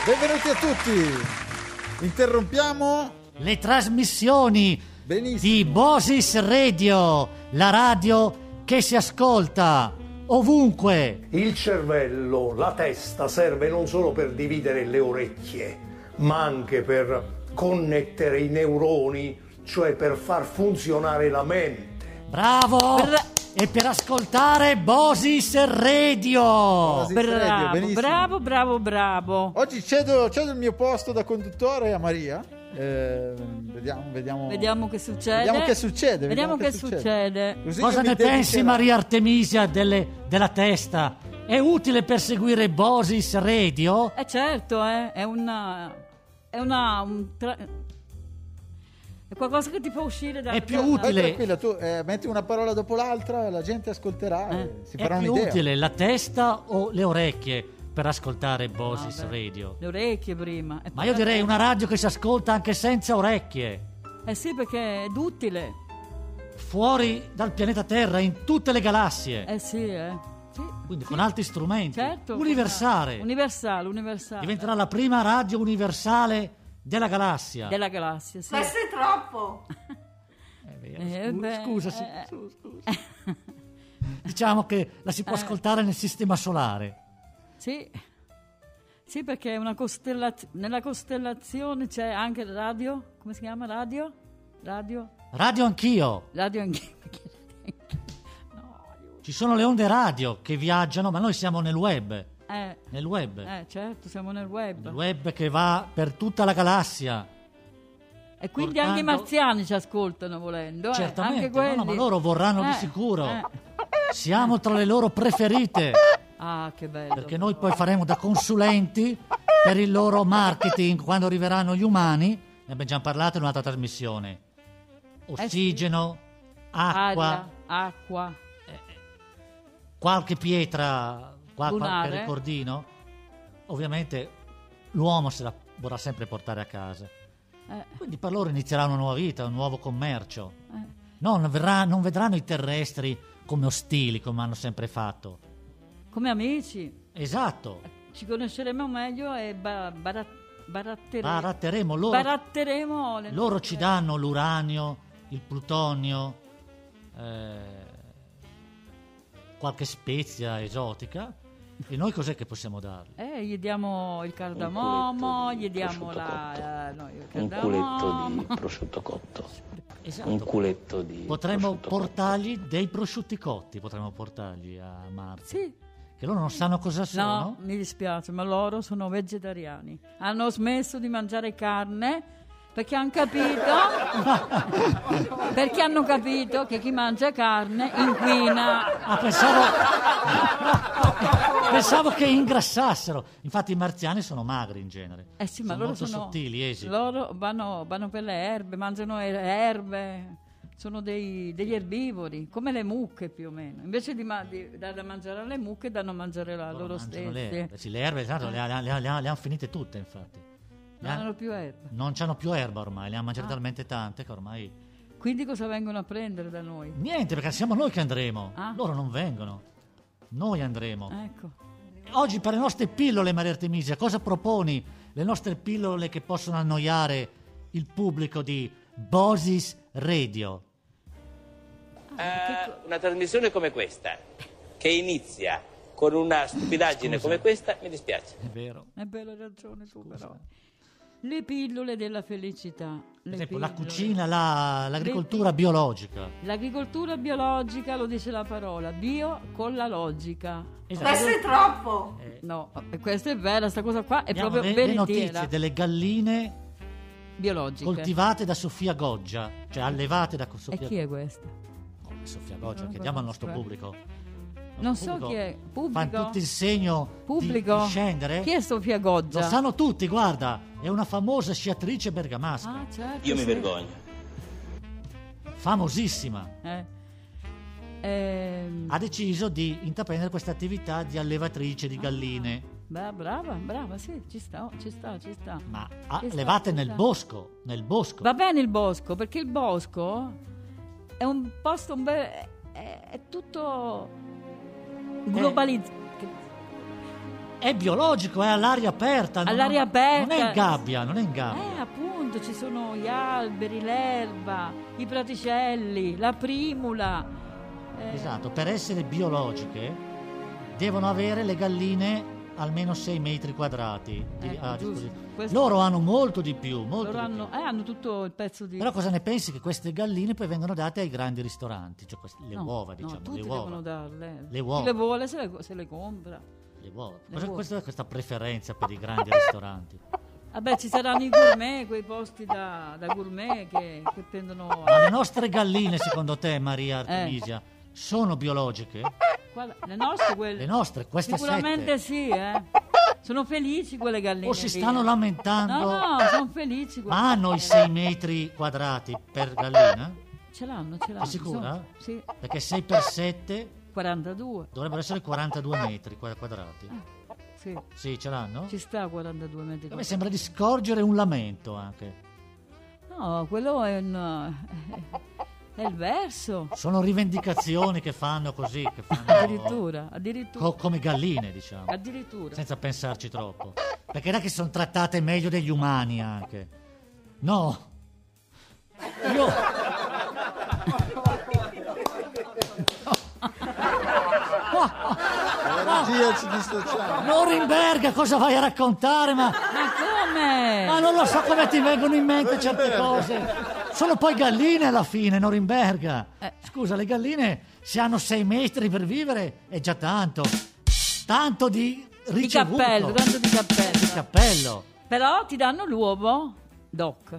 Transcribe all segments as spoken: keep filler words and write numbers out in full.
Benvenuti a tutti. Interrompiamo le trasmissioni Benissimo. di Bosis Radio, la radio che si ascolta ovunque. Il cervello, la testa, serve non solo per dividere le orecchie, ma anche per connettere i neuroni, cioè per far funzionare la mente. Bravo! Per... E per ascoltare Bosis Radio. Bosis bravo, Radio, benissimo. bravo, bravo, bravo. Oggi cedo, cedo il mio posto da conduttore a Maria. Eh, vediamo, vediamo, Vediamo che succede. Vediamo che succede. Vediamo, vediamo che, che succede. succede. Così Cosa ne pensi, Maria Artemisia, delle, della testa? È utile per seguire Bosis Radio? Eh certo, eh, è una... È una... Un tra... È qualcosa che ti fa uscire da... È più utile. Tranquilla, tu eh, metti una parola dopo l'altra, la gente ascolterà, eh. e si farà è più un'idea. utile la testa o le orecchie per ascoltare Bosis ah, Radio? Le orecchie prima. Ma io direi una radio che si ascolta anche senza orecchie. Eh sì, perché è utile. Fuori dal pianeta Terra, in tutte le galassie. Eh sì, eh. Sì, Quindi sì. con altri strumenti. Certo. Universale. Universale, universale. Diventerà la prima radio universale della galassia. Della galassia, sì. Ma sei troppo. È vero, Eh, scu- beh, scusa, sì, eh. su- scusa. Diciamo che la si può Eh. ascoltare nel sistema solare. Sì. Sì, perché è una costellaz- nella costellazione c'è anche radio, come si chiama? Radio? Radio? Radio anch'io. Radio anche. Ci sono le onde radio che viaggiano, ma noi siamo nel web. Eh, Nel web. eh, certo, siamo nel web. Il web che va per tutta la galassia. E quindi portando- anche i marziani ci ascoltano volendo. Eh. Certamente, anche quelli. no, no, ma loro vorranno di Eh, sicuro. eh. Siamo tra le loro preferite, Ah, che bello. perché noi poi faremo da consulenti per il loro marketing quando arriveranno gli umani. Ne abbiamo già parlato in un'altra trasmissione. Ossigeno, acqua, Aria, acqua. qualche pietra, qual- qualche Lunare. ricordino. Ovviamente l'uomo se la vorrà sempre portare a casa. Eh, Quindi per loro inizierà una nuova vita, un nuovo commercio. eh. Non, verrà- non vedranno i terrestri come ostili, come hanno sempre fatto. Come amici. Esatto. Ci conosceremo meglio e ba- bara- baratteremo. Baratteremo loro. baratteremo le Loro nostre- ci danno l'uranio, il plutonio, eh, qualche spezia esotica. E noi cos'è che possiamo dargli? Eh, gli diamo il cardamomo, di gli diamo prosciutto la, cotto. la- no, il Un cardamomo. culetto di prosciutto cotto. Esatto. Un culetto di Potremmo prosciutto portargli dei prosciutti cotti, potremmo portargli a Marte. Sì. Che loro non sanno cosa No, sono. mi dispiace, ma loro sono vegetariani. Hanno smesso di mangiare carne perché hanno capito perché hanno capito che chi mangia carne inquina. Ah, pensavo, pensavo che ingrassassero. Infatti i marziani sono magri in genere. Eh sì, ma sono loro molto sono sottili, esili. loro vanno, vanno per le erbe, mangiano er- erbe. Sono dei- degli erbivori, come le mucche più o meno. Invece di, ma- di dare da mangiare alle mucche, danno a mangiare la Loro loro mangiano le stesse. erbe. Sì, le erbe esatto, le, ha- le, ha- le, ha- le hanno finite tutte, infatti. Le Non han- hanno più erbe. non c'hanno più erba ormai, le hanno mangiate Ah. talmente tante che ormai... Quindi cosa vengono a prendere da noi? Niente, perché siamo noi che andremo. Ah. Loro non vengono. Noi andremo. Ecco. Oggi per le nostre pillole, Maria Artemisia, cosa proponi? Le nostre pillole che possono annoiare il pubblico di Bosis Radio. Eh, una trasmissione come questa, che inizia con una stupidaggine Scusa. come questa, mi dispiace. È vero. È bella ragione tu però. Le pillole della felicità. Per Le esempio la pillole. cucina, la- l'agricoltura biologica. L'agricoltura biologica, lo dice la parola, bio con la logica. Esatto. Ma sei troppo. No, e questa è vera, sta cosa qua è Abbiamo proprio le, le veritiera. notizie delle galline Biologiche. coltivate da Sofia Goggia, cioè allevate da E Sofia chi è questa? Oh, è Sofia Goggia, Non chiediamo al nostro conosco, eh. pubblico. Il Non nostro so pubblico chi è. Pubblico? Fanno tutti il segno di- Pubblico? di scendere. Chi è Sofia Goggia? Lo sanno tutti, guarda, è una famosa sciatrice bergamasca, Ah, certo. Io mi sì. vergogno. famosissima. Eh. Ehm, Ha deciso di intraprendere questa attività di allevatrice di galline, beh, brava, brava, sì, ci sta, ci sta, ci sta. ma Ci sta, allevate ci nel sta. bosco, nel bosco. Va bene il bosco, perché il bosco è un posto, un be- è, è tutto globalizzato. È è biologico, è all'aria aperta. non- All'aria aperta. Non è in gabbia, non è in gabbia. Eh, appunto, ci sono gli alberi, l'erba, i praticelli, la primula. Eh, Esatto, per essere biologiche devono avere le galline almeno sei metri quadrati di- Ecco, a giusto. disposizione. Questo- Loro hanno molto di più, molto loro di hanno, più. eh, hanno tutto il pezzo di... Però cosa ne pensi che queste galline poi vengono date ai grandi ristoranti? Cioè queste- le No, uova, no, diciamo, tutti le uova. devono darle. Le uova. Chi le vuole se le, se le compra. Le uova. Le Cosa- uova. Questa è questa preferenza per i grandi ristoranti. Vabbè, ci saranno i gourmet, quei posti da, da gourmet che, che prendono... Ma le nostre galline, secondo te, Eh. Maria Artemisia, sono biologiche? Guarda, le nostre quelle... Le nostre, queste Sicuramente sette? sì, eh. Sono felici quelle galline O si lì, stanno eh. lamentando? No, no, sono felici quelle Ma hanno i galline. sei metri quadrati per gallina? Ce l'hanno, ce l'hanno. Sei sicura? sono- Sì, Perché sei per sette quarantadue. dovrebbero essere quarantadue metri qua- quadrati. Sì, Sì, ce l'hanno? ci sta a quarantadue metri. A me sembra di scorgere un lamento anche. No, quello è un... è il verso. Sono rivendicazioni che fanno così, che fanno Addirittura, addirittura. co- come galline, diciamo, Addirittura. senza pensarci troppo. Perché là che sono trattate meglio degli umani anche. No. Io La regia ci dissociamo. Norimberga, cosa vai a raccontare? Ma, Ma come? ma non lo so come ti vengono in mente certe cose. Sono poi galline alla fine, Norimberga. Eh. Scusa, le galline se hanno sei metri per vivere è già tanto. Tanto di Di ricevuto. cappello, tanto di cappello. Di cappello. Però ti danno l'uovo doc.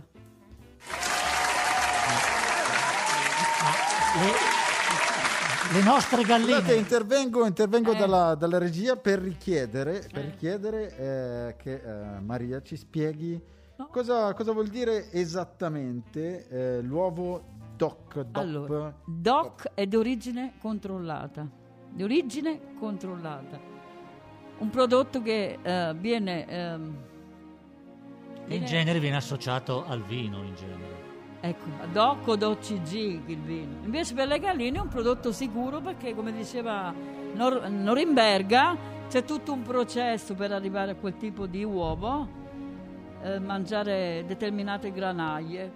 Le, le nostre galline. Scusate, intervengo, intervengo Eh. dalla, dalla regia per richiedere, per richiedere eh, che eh, Maria ci spieghi No. cosa, cosa vuol dire esattamente eh, l'uovo DOC. DOP. Allora, doc è di origine controllata. Di origine controllata. Un prodotto che eh, viene... ehm, In viene- genere viene associato al vino, in genere. Ecco, doc o D O C G il vino. Invece per le galline è un prodotto sicuro perché, come diceva Nor- Norimberga, c'è tutto un processo per arrivare a quel tipo di uovo, eh, mangiare determinate granaglie.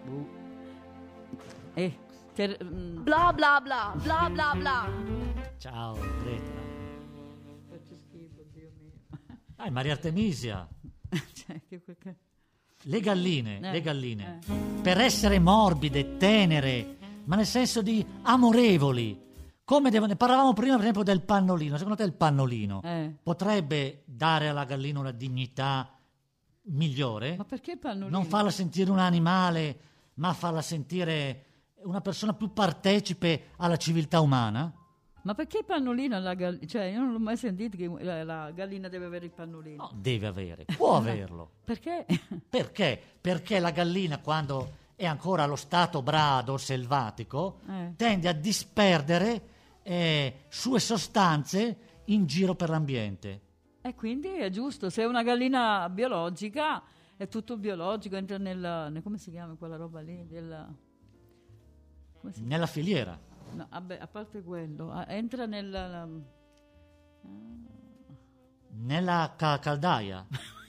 E ter- mm, Bla bla bla, bla bla bla. Ciao, Greta. faccio schifo, Dio mio. Ah, Maria Artemisia. Cioè, che quel che- Le galline, Eh, le galline, eh. per essere morbide, tenere, ma nel senso di amorevoli, come devono... Parlavamo prima, per esempio, del pannolino. Secondo te il pannolino Eh. potrebbe dare alla gallina una dignità migliore? Ma perché il pannolino? Non farla sentire un animale, ma farla sentire una persona più partecipe alla civiltà umana? Ma perché il pannolino alla gallina? Cioè, io non l'ho mai sentito che la, la gallina deve avere il pannolino. No, deve avere, può averlo. Perché? Perché? Perché la gallina, quando è ancora allo stato brado, selvatico, Eh. tende a disperdere eh, sue sostanze in giro per l'ambiente. E quindi è giusto, se è una gallina biologica, è tutto biologico, entra nel, nel- come si chiama quella roba lì? Del, come si- Nella filiera. no, vabbè, a parte quello, ah, entra nel... la- Nella ca- caldaia.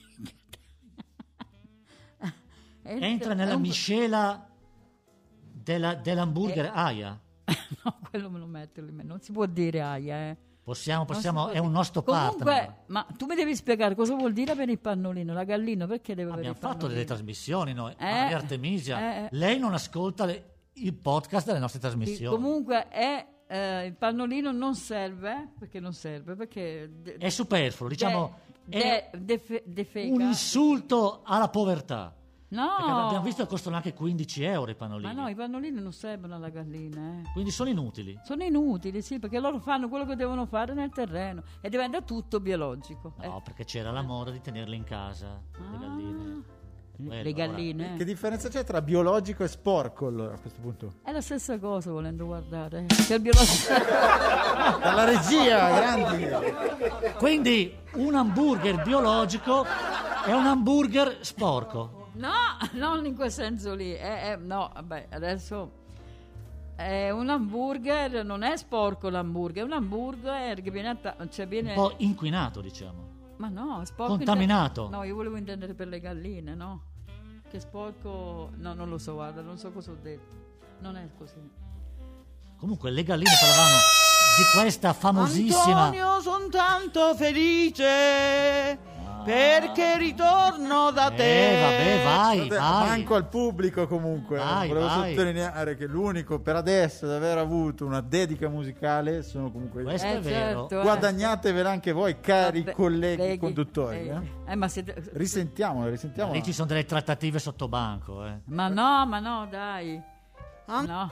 Entra nella è un- miscela della- dell'hamburger aia. No, quello me lo metto lì, non si può dire aia, eh. Possiamo, Non possiamo, si può è dire. un nostro Comunque, partner. ma tu mi devi spiegare cosa vuol dire avere il pannolino, la gallina, perché deve avere Abbiamo il fatto pannolino? delle trasmissioni noi. Eh, Maria Artemisia, eh, eh. lei non ascolta le- il podcast delle nostre Sì, trasmissioni. comunque è, eh, il pannolino non serve, perché non serve, perché... de- È superfluo, diciamo, de- è de- defe- defeca. un insulto alla povertà. No! Perché abbiamo visto che costano anche quindici euro i pannolini. Ma no, i pannolini non servono alla gallina, eh. Quindi sono inutili. Sono inutili, sì, perché loro fanno quello che devono fare nel terreno e diventa tutto biologico. No, perché c'era l'amore di tenerle in casa, le galline. Eh, Quello, le galline. Che differenza c'è tra biologico e sporco allora a questo punto? È la stessa cosa volendo guardare. Che il biologico... Dalla regia, grandi! Quindi un hamburger biologico è un hamburger sporco. No, non in quel senso lì. È- è- no, vabbè, adesso è un hamburger, non è sporco l'hamburger, è un hamburger che viene, atta- cioè Un viene po' inquinato, diciamo. Ma no, sporco contaminato. Inter... No, io volevo intendere per le galline, no? Che sporco... No, non lo so, guarda, non so cosa ho detto. Non è così. Comunque, le galline, parlavamo di questa famosissima... Antonio, son tanto felice perché ritorno da te. Eh, vabbè, vai, Guardate, vai. manco al pubblico comunque. Vai, Volevo vai. sottolineare che l'unico per adesso ad aver avuto una dedica musicale sono comunque Questo Eh, è vero. certo, eh. guadagnatevela anche voi, cari Vabbè, colleghi leghi. conduttori. Eh, eh. eh, ma siete... Risentiamola, risentiamola. Lì ci sono delle trattative sotto banco, eh. Ma no, ma no, dai. An- No.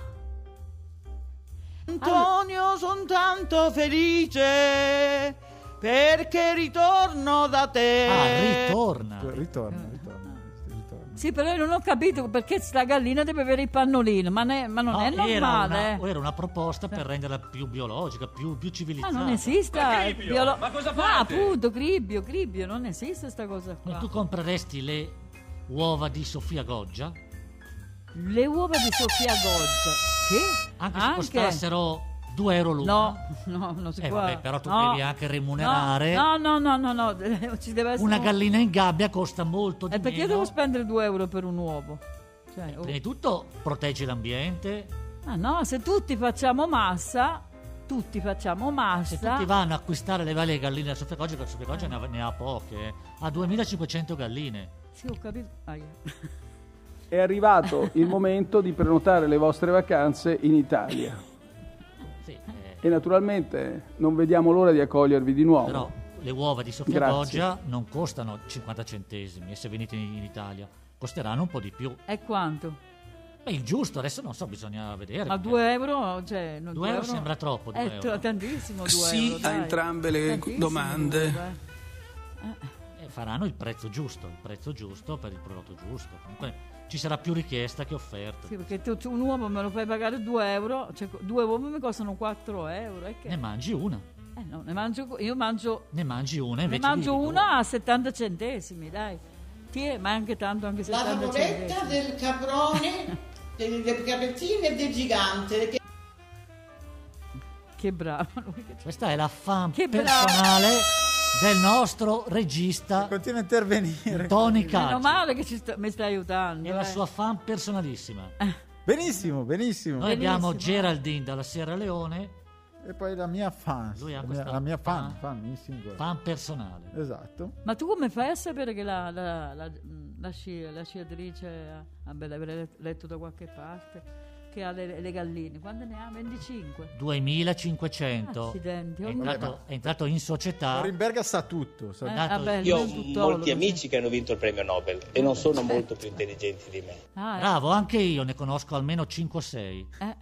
Antonio, son tanto felice perché ritorno da te. Ah, ritorna. Ritorna, ritorna, ritorna. Sì, però io non ho capito perché sta gallina deve avere il pannolino, ma, ne- ma non No, è era normale. una, eh. o era una proposta per renderla più biologica, più, più Ma civilizzata. non esiste. Ma Cribbio, biolo- ma cosa Ah, fate? appunto, Cribbio, Cribbio, non esiste sta cosa Ma qua. tu compreresti le uova di Sofia Goggia? Le uova di Sofia Goggia. Sì? Anche se costassero due euro l'una? No, no, non si Eh, può. vabbè, però tu No. devi anche remunerare. No, no, no, no, no, ci deve essere Una un- gallina in gabbia costa molto di E perché io meno. devo spendere due euro per un uovo? Cioè, oh. Prima di tutto proteggi l'ambiente. Ah no, se tutti facciamo massa, tutti facciamo Se massa. tutti vanno a acquistare le varie galline da Sofia Goggia, perché Sofia Goggia ne ha, ne ha poche, eh. Ha duemilacinquecento galline. Sì, ho capito. Ah, io. È arrivato il momento di prenotare le vostre vacanze in Italia Sì, eh, e naturalmente non vediamo l'ora di accogliervi di nuovo. però le uova di Sofia Grazie. Goggia non costano cinquanta centesimi e se venite in, in Italia costeranno un po' di più. E quanto? Beh, il giusto, adesso non so, bisogna vedere. Ma perché due euro? Cioè, no, Due euro sembra troppo, due È euro. t- tantissimo due Sì euro. a dai. entrambe le Tantissimo domande. due euro, eh. eh, faranno il prezzo giusto, il prezzo giusto per il prodotto giusto. Comunque ci sarà più richiesta che offerta. Sì, perché tu, tu un uovo me lo fai pagare due euro, cioè due uova mi costano quattro euro. E che? Ne mangi una, Eh no, ne mangio, io mangio, ne mangi una ne invece mangio di una a settanta centesimi, dai. Ti ma anche tanto, anche La settanta favoletta centesimi. del caprone, del, del capezzino e del gigante. Che... Che bravo lui. Che... Questa è la fan Che bravo. personale del nostro regista Continua a intervenire. Tony Meno Cacci. male che ci sta- mi stai aiutando. È la eh. sua fan personalissima. Benissimo, benissimo. Noi abbiamo Benissimo. Geraldine dalla Sierra Leone, E poi la mia fan. Lui ha la, questa mia, la mia fan, fan- fan, in singolo. fan personale. Esatto. Ma tu come fai a sapere che la, la, la, la, sci- la sciatrice, ha- vabbè, l'avrei letto da qualche parte, che ha le, le galline? Quante ne ha? venticinque? duemilacinquecento. Accidenti, È oh, entrato, ma- è entrato in società. Norimberga sa tutto. Sa Eh, tutto. dato- vabbè, Io lui ho è un tuttologo, molti sì. amici che hanno vinto il premio Nobel e non sono molto più intelligenti di me. Ah, eh. Bravo, anche io ne conosco almeno cinque o sei. Eh.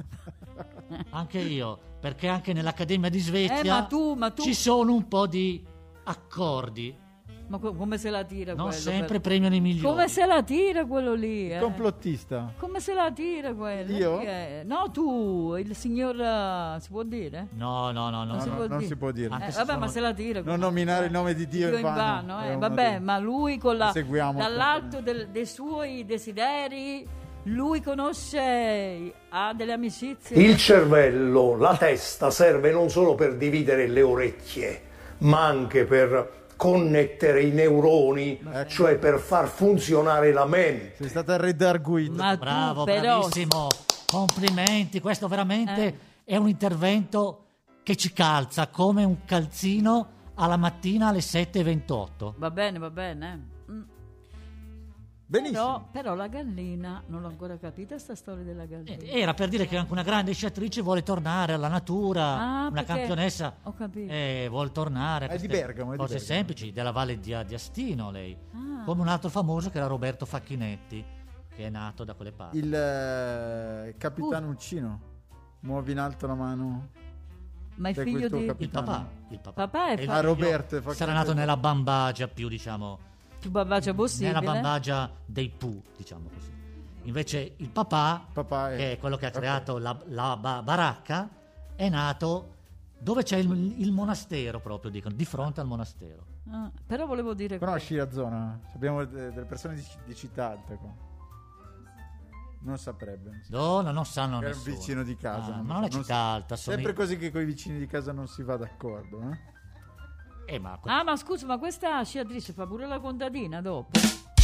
Anche io, perché anche nell'Accademia di Svezia Eh, ma tu- ma tu- ci sono un po' di accordi. Ma co- come se la tira Non quello? sempre per- premiano i migliori. Come se la tira quello lì? Eh? Complottista. Come se la tira quello? Io? Chi è? No, tu, il signor... eh, si può dire? No, no, no, no. Non si no, può non dire. si può dire. Anche Eh, se vabbè, sono- ma se la tira. Non comunque. nominare il nome di Dio in vano, eh. è uno Vabbè, dei- ma lui con la, Seguiamo dall'alto del- dei suoi desideri, lui conosce, ha delle amicizie. Il cervello, la testa, serve non solo per dividere le orecchie, ma anche per connettere i neuroni, cioè per far funzionare la mente. Sei stata redarguita. Ma tu Bravo, però... bravissimo. Complimenti, questo veramente Eh. è un intervento che ci calza come un calzino alla mattina alle sette e ventotto. Va bene, va bene. Mm. Benissimo. Però, però la gallina, non l'ho ancora capita sta storia della gallina. Eh, Era per dire che anche una grande sciatrice vuole tornare alla natura, Ah, una perché- campionessa ho capito. eh, vuole tornare a È di queste Bergamo, è di cose Bergamo. semplici, della Valle di, di Astino lei, Ah. come un altro famoso che era Roberto Facchinetti, che è nato da quelle parti. Il eh, capitano Uccino. Muovi in alto la mano. Ma è C'è figlio quel tuo di... Il capitano. papà, il papà. Papà è E il fa- Ah, figlio Roberto Facchinetti. sarà nato nella bambagia più, diciamo, più babacia possibile. nella bambagia dei Pooh, diciamo così. Invece il papà, Papà è- che è quello che ha ok. creato la, la ba- baracca, è nato dove c'è il, il monastero proprio, dicono, di fronte al monastero. Ah, però volevo dire... Conosci la zona? Abbiamo de- delle persone di, di citate qua. Non saprebbe. No, no, non sanno Era un nessuno. vicino di casa. Ah, ma non è si- città alta, sono Sempre i- così che con i vicini di casa non si va d'accordo. Eh? Eh, ma Ah, ma scusa, ma questa sciatrice fa pure la contadina dopo?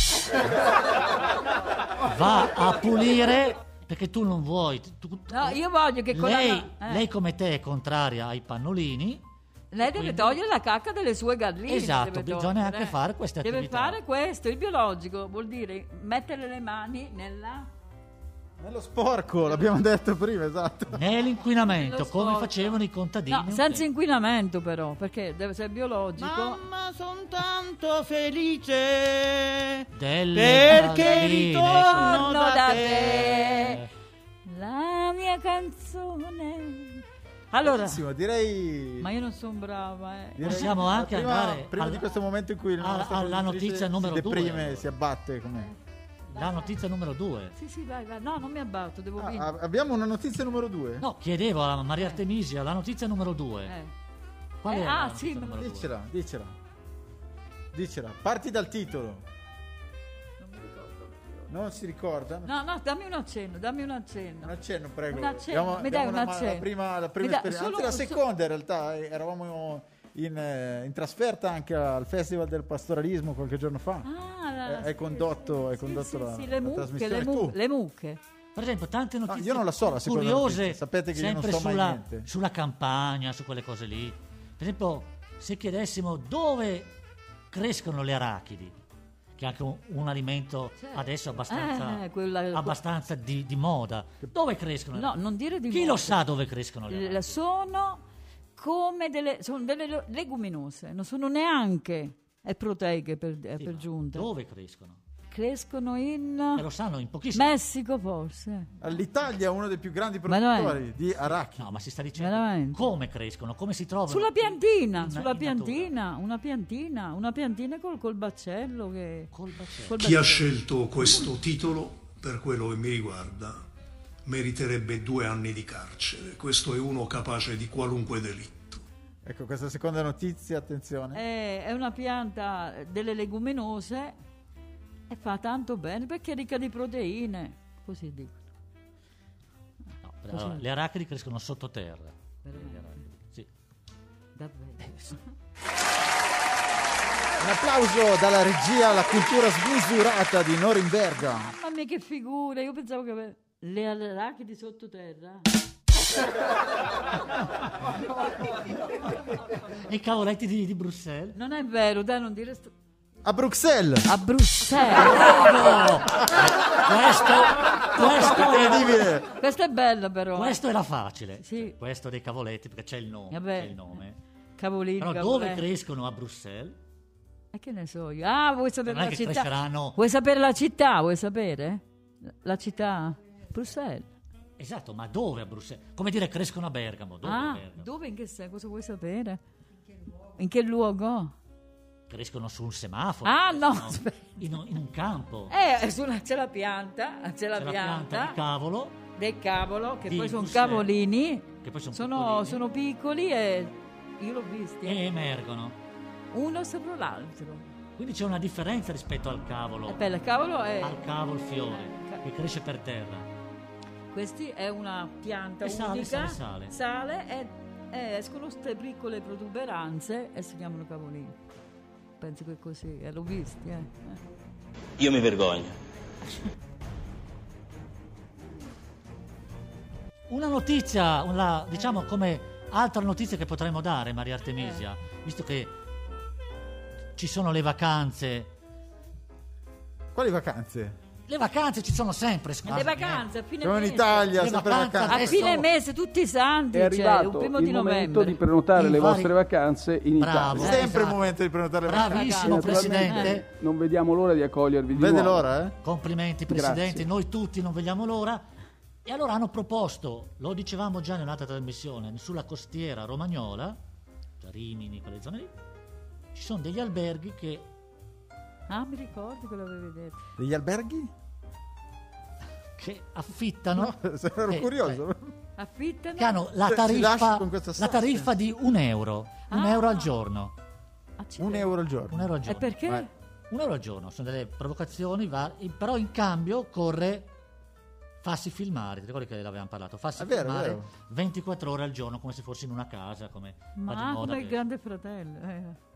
va a pulire perché tu non vuoi. tu- tu- No, io voglio che con lei, la... eh. lei come te è contraria ai pannolini. Lei deve quindi- togliere la cacca delle sue galline. Esatto, deve bisogna togliere, anche eh. fare queste Deve attività. fare questo. Il biologico vuol dire mettere le mani nella... Nello sporco, l'abbiamo detto prima, esatto. Nell'inquinamento, Nello come sporco. facevano i contadini. No, un senza tempo. inquinamento però, perché deve essere biologico. Mamma, son tanto felice Delle perché galline, ritorno Torno da da te. te, la mia canzone. Allora, Benissimo, direi... ma io non sono brava, eh. direi- Possiamo anche prima, andare prima alla- di questo momento in cui il alla- nostro alla produttrice notizia numero si due, deprime, allora. si abbatte come... La notizia numero due. Sì, sì, vai, vai. No, non mi abbatto, devo Ah, vincere. abbiamo una notizia numero due? No, chiedevo a Maria Artemisia la notizia numero due. Eh. Qual Eh, è ah, la notizia sì, me lo numero due? Dicela, dicela. Dicela, parti dal titolo. Non mi ricordo più. Non si ricorda? No, no, dammi un accenno, dammi un accenno. Un accenno, prego. Un accenno, mi dai un una- la accenno. prima, la prima Mi dà- esperienza, solo- anzi la so- seconda in realtà, eh, eravamo in, eh, in trasferta anche al Festival del Pastoralismo qualche giorno fa. Ah, la- Eh, hai sì, condotto- sì, hai sì, condotto sì, la- sì, la le mucche, trasmissione le, mu- tu. le mucche. Per esempio, tante notizie io non la so la seconda curiose, notizia, sapete che io non sempre so mai sulla, niente. sulla campagna, su quelle cose lì. Per esempio, se chiedessimo dove crescono le arachidi, che è anche un, un alimento Certo. adesso abbastanza, Eh, quella- abbastanza di, di moda. Dove crescono? No, non dire di Chi moda. lo sa dove crescono le L- arachidi? sono come delle, sono delle lo- leguminose, non sono neanche eh, proteiche per, eh, Sì, per ma giunta. Dove crescono? Crescono in E lo sanno in pochissimi. Messico forse. L'Italia è uno dei più grandi Ma no, produttori di arachidi. No, ma si sta dicendo Veramente. come crescono, come si trovano. Sulla piantina, in- sulla in piantina, una piantina, una piantina col, col baccello che... Col baccello. col Chi ha baccello. scelto questo titolo, per quello che mi riguarda, meriterebbe due anni di carcere. Questo è uno capace di qualunque delitto. Ecco, questa seconda notizia, attenzione. È, è una pianta delle leguminose e fa tanto bene perché è ricca di proteine, così dicono. No, allora, le arachidi crescono sottoterra. Veramente. Le arachidi, sì. Davvero. Un applauso dalla regia alla cultura smisurata di Norimberga. Mamma mia che figura, io pensavo che ave- le arachidi sottoterra. E i cavoletti di, di Bruxelles? Non è vero, dai, non dire sto... A Bruxelles. A Bruxelles. Bravo! questo, questo, Incredibile. Questa è bella però. questo era facile. Sì. Questo dei cavoletti, perché c'è il nome. Vabbè. C'è il nome. Cavolini, Però cavoletti. dove crescono a Bruxelles? E che ne so io? Ah, vuoi sapere Non è la che città? cresceranno- Vuoi sapere la città? Vuoi sapere? La città? Bruxelles. Esatto, ma dove a Bruxelles? Come dire crescono a Bergamo? Dove a Ah, Bergamo? dove? In che senso? Cosa vuoi sapere? In che luogo? Crescono su un semaforo. Ah, no, crescono aspetta. in, in un campo. Eh, sulla- c'è la pianta, c'è la C'è la pianta, pianta di cavolo del cavolo, che di poi sono Bruxelles, cavolini, che poi sono sono, piccolini. sono piccoli e io l'ho visti, e emergono. uno sopra l'altro. Quindi c'è una differenza rispetto al cavolo. È bello, il cavolo è... Al cavolo fiore Ca- che cresce per terra. Questi è una pianta E sale, unica, sale, sale. sale e, e escono queste piccole protuberanze e si chiamano cavolini. Penso che è così, eh, l'ho visti. Eh. Eh. Io mi vergogno. Una notizia, una, diciamo come altra notizia che potremmo dare, Maria Artemisia, visto che ci sono le vacanze. Quali vacanze? Le vacanze ci sono sempre, scusa. Le vacanze a fine Siamo in mese. Italia, Le sempre vacanze vacanze. A adesso- fine mese, tutti i santi, È cioè, arrivato il primo il di momento novembre. di prenotare I le vari- vostre vacanze in Bravo. Italia. Eh, Sempre il esatto. momento di prenotare le vacanze. Bravissimo Naturalmente. Presidente. Non vediamo l'ora di accogliervi di Vede nuovo. l'ora, eh? Complimenti Presidente, Grazie. noi tutti non vediamo l'ora. E allora hanno proposto, lo dicevamo già nell'altra trasmissione, sulla costiera romagnola, cioè Rimini, quelle zone lì, ci sono degli alberghi che Ah, mi ricordi che l'avevi detto. Degli alberghi? che affittano, No, ero eh, curioso. Affittano? che hanno la Cioè, si lascia tariffa, con questa la tariffa sosta. di un euro, un Ah. euro al giorno, Accidenti. Un euro al giorno. un euro al E giorno, perché? Vai. un euro al giorno, sono delle provocazioni, va- però in cambio corre farsi filmare, ti ricordi che l'avevamo parlato, farsi È vero, è filmare vero. ventiquattro ore al giorno come se fossi in una casa, come va di Ma moda come il adesso. grande fratello. Eh.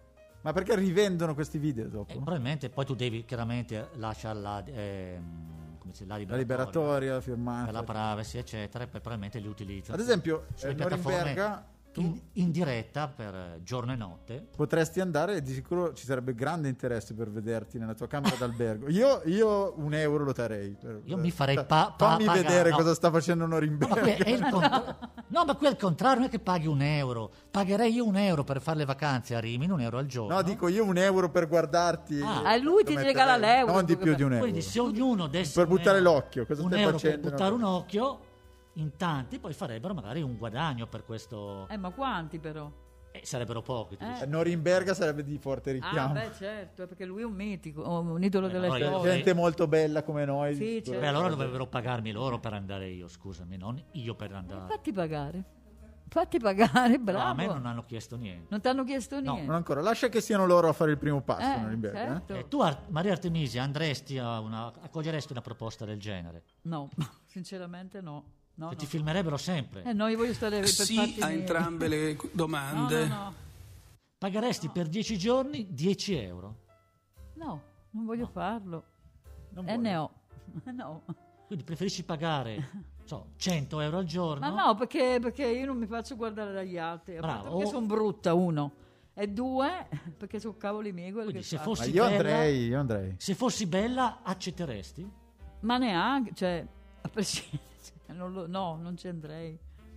Ma perché rivendono questi video dopo? Eh, probabilmente poi tu devi chiaramente lasciare la, ehm, come si, la La liberatoria, liberatoria firmata. per la privacy, eccetera, e poi probabilmente li utilizzi. Ad esempio, sulle eh, piattaforme Norimberga, tu in, in diretta per eh, giorno e notte. potresti andare e di sicuro ci sarebbe grande interesse per vederti nella tua camera d'albergo. Io, io un euro lo darei. Per, Io mi farei pa- pa- Fammi pagare, vedere no. cosa sta facendo No, ma Norimberga. qui è il contra- no, ma qui è il contrario, non è che paghi un euro. Pagherei io un euro per fare le vacanze a Rimini, un euro al giorno. No, dico io un euro per guardarti. Ah. A lui ti Lo regala metterei. l'euro. Non di più di un euro. Quindi se ognuno desse Per un buttare euro- l'occhio, cosa un stai euro facendo? per buttare un occhio, in tanti poi farebbero magari un guadagno per questo. Eh, ma quanti però? Eh, sarebbero pochi. tu Eh. dici. Norimberga sarebbe di forte Ah, richiamo. beh, certo, perché lui è un mitico, un idolo delle allora io- storie. Gente molto bella come noi. Sì, sicuro. Beh, allora dovrebbero pagarmi loro per andare io, scusami, non io per andare. Fatti pagare. Fatti pagare, No, bravo. a me non hanno chiesto niente. Non ti hanno chiesto No, niente. Non ancora, lascia che siano loro a fare il primo passo. Eh, Norimberga, eh? certo. Eh, tu, Ar- Maria Artemisia, andresti a una, accoglieresti una proposta del genere? No, sinceramente no. No, Che no. ti filmerebbero sempre. Eh no, io voglio stare per Sì fatti a miei. entrambe le domande. No, no, Pagheresti per dieci giorni dieci euro. no. No, non voglio farlo. Non Eh vuole. ne ho. No. Quindi preferisci pagare so, cento euro al giorno? Ma no, perché, perché io non mi faccio guardare dagli altri. A Bravo. parte perché sono brutta, uno. E due, perché sono cavoli miei quelli Quindi che se fanno. Ma fossi io bella, andrei, io andrei. se fossi bella accetteresti? Ma neanche, cioè, a prescindere, cioè, non lo- no, non ci andrei.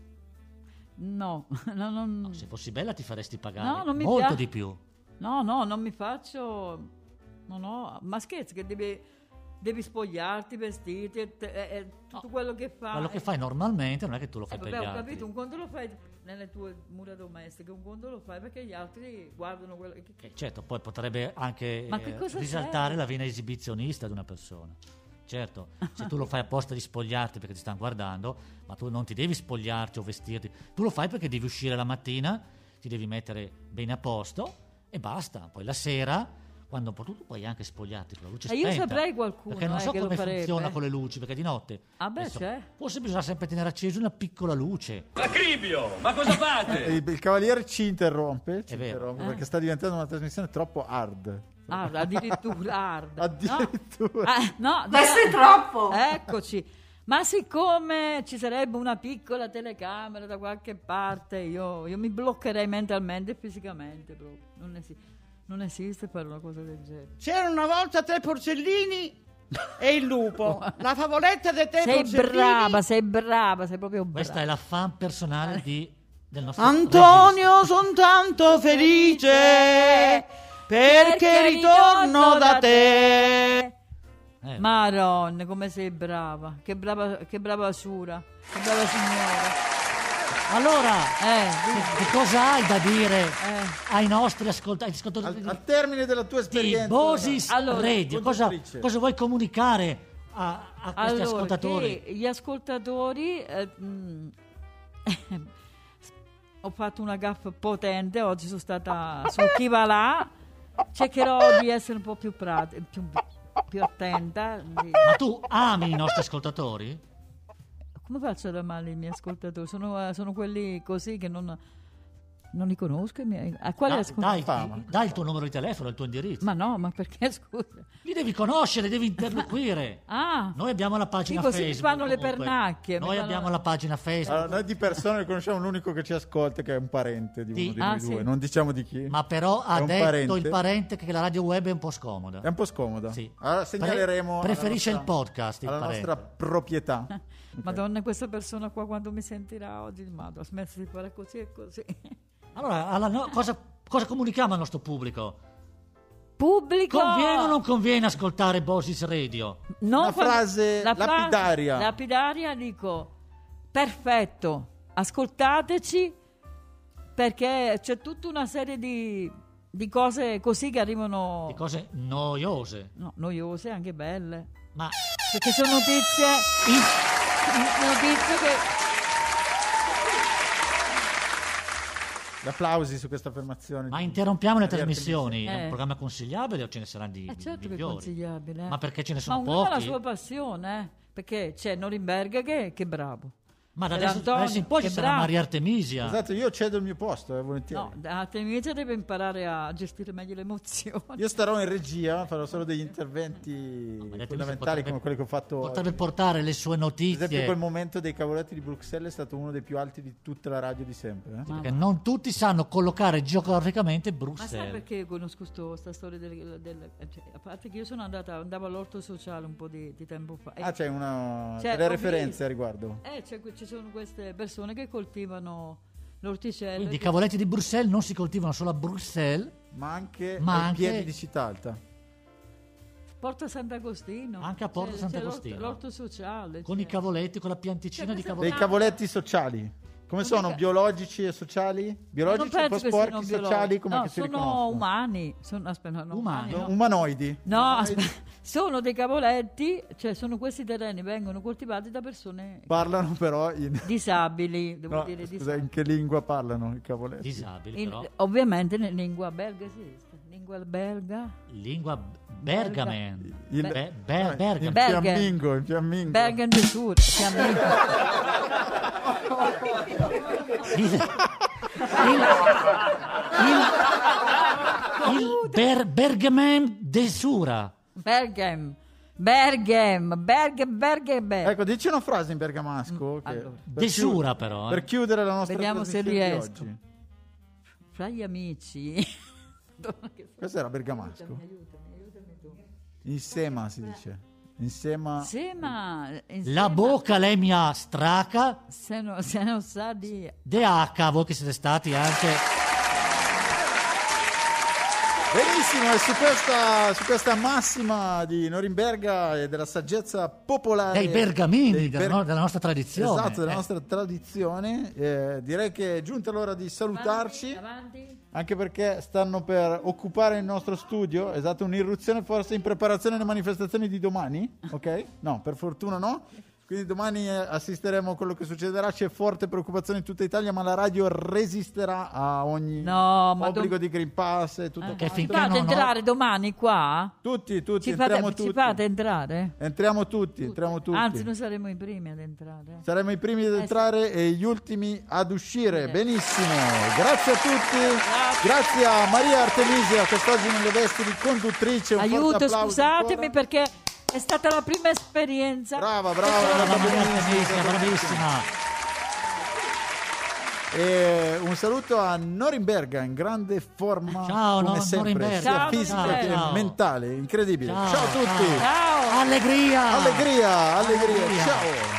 No, no, non, No, se fossi bella ti faresti pagare No, non mi molto piace. di più. no, no, non mi faccio. No, no, ma scherzi che devi, devi spogliarti, vestirti e, te- e- e tutto No, quello che fai. Quello che fai normalmente non è che tu lo fai Eh, per vabbè, gli ho altri. capito, un conto lo fai nelle tue mura domestiche, un conto lo fai perché gli altri guardano quello che... Che certo, poi potrebbe anche Ma che eh, cosa risaltare serve? la vena esibizionista di una persona. Certo, se tu lo fai apposta di spogliarti perché ti stanno guardando, ma tu non ti devi spogliarti o vestirti, tu lo fai perché devi uscire la mattina, ti devi mettere bene a posto e basta. Poi la sera, quando un po' tu puoi anche spogliarti con la luce E io spenta. saprei qualcuno, perché non eh, so che lo come farebbe. funziona con le luci, perché di notte Ah, beh, adesso, c'è. forse bisogna sempre tenere acceso una piccola luce. Acribio, ma cosa fate? Il, il cavaliere ci interrompe, ci È vero. interrompe Eh. perché sta diventando una trasmissione troppo hard. Hard, addirittura hard. Addirittura. No, ah, no, Questo dai, è troppo. Eccoci. Ma siccome ci sarebbe una piccola telecamera da qualche parte, io, io mi bloccherei mentalmente e fisicamente proprio. Non, esi- non esiste fare una cosa del genere. C'erano una volta tre porcellini e il lupo. La favoletta dei tre Sei porcellini. brava, sei brava, sei proprio brava. Questa è la fan personale di, del nostro Antonio, son tanto felice perché ritorno da te. Eh. Maronne, come sei brava. Che brava, che brava Sura. Che brava signora. Allora, Eh, che, che cosa hai da dire eh. ai nostri ascolta- ascoltatori Al, di, al termine della tua di esperienza, Bosis Allora, Radio? Cosa, conduttrice. cosa vuoi comunicare a, a questi Allora, ascoltatori? che gli ascoltatori eh, mh, ho fatto una gaffa potente oggi, sono stata su chi va là, cercherò di essere un po' più, prat- più, più attenta di- Ma tu ami i nostri ascoltatori? come faccio ad amare i miei ascoltatori? Sono, eh, sono quelli così che non, non li conosco i miei. A quale Dai, ascoltatori? dai, fama. dai il tuo numero di telefono, il tuo indirizzo. Ma no, ma perché scusa? Li devi conoscere, devi interloquire. Ah, Noi abbiamo la pagina sì, così mi Facebook. fanno le comunque. pernacchie, mi Noi fanno- abbiamo la pagina Facebook. Allora, noi di persone ne conosciamo l'unico che ci ascolta, che è un parente di uno Di- di Ah, noi sì. due. Non diciamo di chi. Ma però È ha un detto parente. il parente che la radio web è un po' scomoda. È un po' scomoda. Sì. Allora segnaleremo. Pre- preferisce alla nostra- il podcast, il alla parente. nostra proprietà. Ok. Madonna, questa persona qua quando mi sentirà oggi, madonna, ha smesso di fare così e così. Allora, alla no- cosa, cosa comunichiamo al nostro pubblico? Pubblico! Conviene o non conviene ascoltare Bosis Radio? Non Una quando- frase la frase lapidaria. lapidaria dico, perfetto, ascoltateci perché c'è tutta una serie di, di cose così che arrivano, Di cose noiose. no, noiose, anche belle, Ma perché sono notizie, notizie che... Gli applausi su questa affermazione. Ma di- interrompiamo le Maria trasmissioni? È Eh. un programma consigliabile o ce ne saranno di, Eh, di certo che è migliori? consigliabile. eh. Ma perché ce ne Ma sono ognuno ha la pochi? sua passione, eh, perché c'è Norimberga che, che è bravo. Ma da Per adesso, Antonio, adesso in poi ci che sarà bravo. Maria Artemisia. Esatto, io cedo il mio posto, eh, volentieri. No, da Artemisia deve imparare a gestire meglio le emozioni. Io starò in regia, farò solo degli interventi fondamentali potrebbe- come quelli che ho fatto Potrebbe oggi. portare le sue Ad notizie. esempio quel momento dei cavoletti di Bruxelles è stato uno dei più alti di tutta la radio di sempre. Eh? Perché non tutti sanno collocare geograficamente Ma sai Bruxelles. perché conosco questa storia del, del- cioè, a parte che io sono andata, andavo all'orto sociale un po' di, di tempo fa. Ah, c'è una Cioè, delle ho referenze visto- a riguardo. Eh, c'è- ci sono queste persone che coltivano l'orticello. Quindi i che- cavoletti di Bruxelles non si coltivano solo a Bruxelles, Ma anche Ma ai anche- piedi di Città Alta. Porta Sant'Agostino. Anche a Porta C'è- Sant'Agostino. C'è l'orto, l'orto sociale. con c'è. i cavoletti, con la pianticina Cioè, di queste- Dei cavoletti. cavoletti sociali. Come Non sono? è che- Biologici e sociali? Non Biologici un po' penso che sporchi, siano sociali, biologici. come no, che si sono riconoscono? umani. Sono, aspetta, no, Umani, umani, no. Umanoidi. No, aspetta, sono dei cavoletti, cioè sono questi terreni vengono coltivati da persone Parlano però in... disabili, devo No, dire scusa, disabili. in che lingua parlano i cavoletti? Disabili, In- però. ovviamente in lingua belga esiste. Lingua belga? Lingua Bergamen. Il- Be- Be- in Bergamen. Bergen. fiammingo, in fiammingo. Bergen del Sud. fiammingo. Il, il, il Ber- Bergamen de Sura. Berghem. Berghem. Berghem. Berghem. Ecco, dici una frase in bergamasco. che- allora. per Desura, chiud- però, eh. Per chiudere la nostra Vediamo se trasmissione di riesco. oggi. Fra gli amici. Questo era bergamasco? Aiutami, aiutami, aiutami tu. Insema si dice. Insema. Sì, ma La bocca lei mi ha straca. se non, se non sa di De H, voi che siete stati anche. Benissimo, e su questa, su questa massima di Norimberga e della saggezza popolare Dei bergamini, dei della, ber- no- della nostra tradizione. Esatto, della Eh, nostra tradizione, eh, direi che è giunta l'ora di salutarci, avanti. anche perché stanno per occupare il nostro studio. Esatto, un'irruzione forse in preparazione alle manifestazioni di domani, ok? No, per fortuna no. Quindi domani eh, assisteremo a quello che succederà. C'è forte preoccupazione in tutta Italia, ma la radio resisterà a ogni No, ma obbligo dom- di Green Pass e tutto Eh, quanto. ci fate entrare domani qua? Tutti, tutti, Ci entriamo fate, tutti. ci fate entrare? Entriamo tutti, entriamo tutti. Anzi, noi saremo i primi ad entrare. Saremo i primi ad Eh, entrare e gli ultimi ad uscire. Sì. Benissimo, grazie a tutti. Grazie a Maria Artemisia, quest'oggi nelle vesti di conduttrice. Un forte Aiuto, applauso scusatemi ancora. perché è stata la prima esperienza. Brava, brava, Brava brava, Maria benissimo, Artemisia, bravissima. bravissima. E un saluto a Norimberga in grande forma, Ciao, come no- sempre, Norimberga. sia Ciao, fisica che Norimberga. mentale, incredibile. Ciao, Ciao a tutti. ciao. Ciao. Allegria. Allegria, allegria, Allegria. ciao.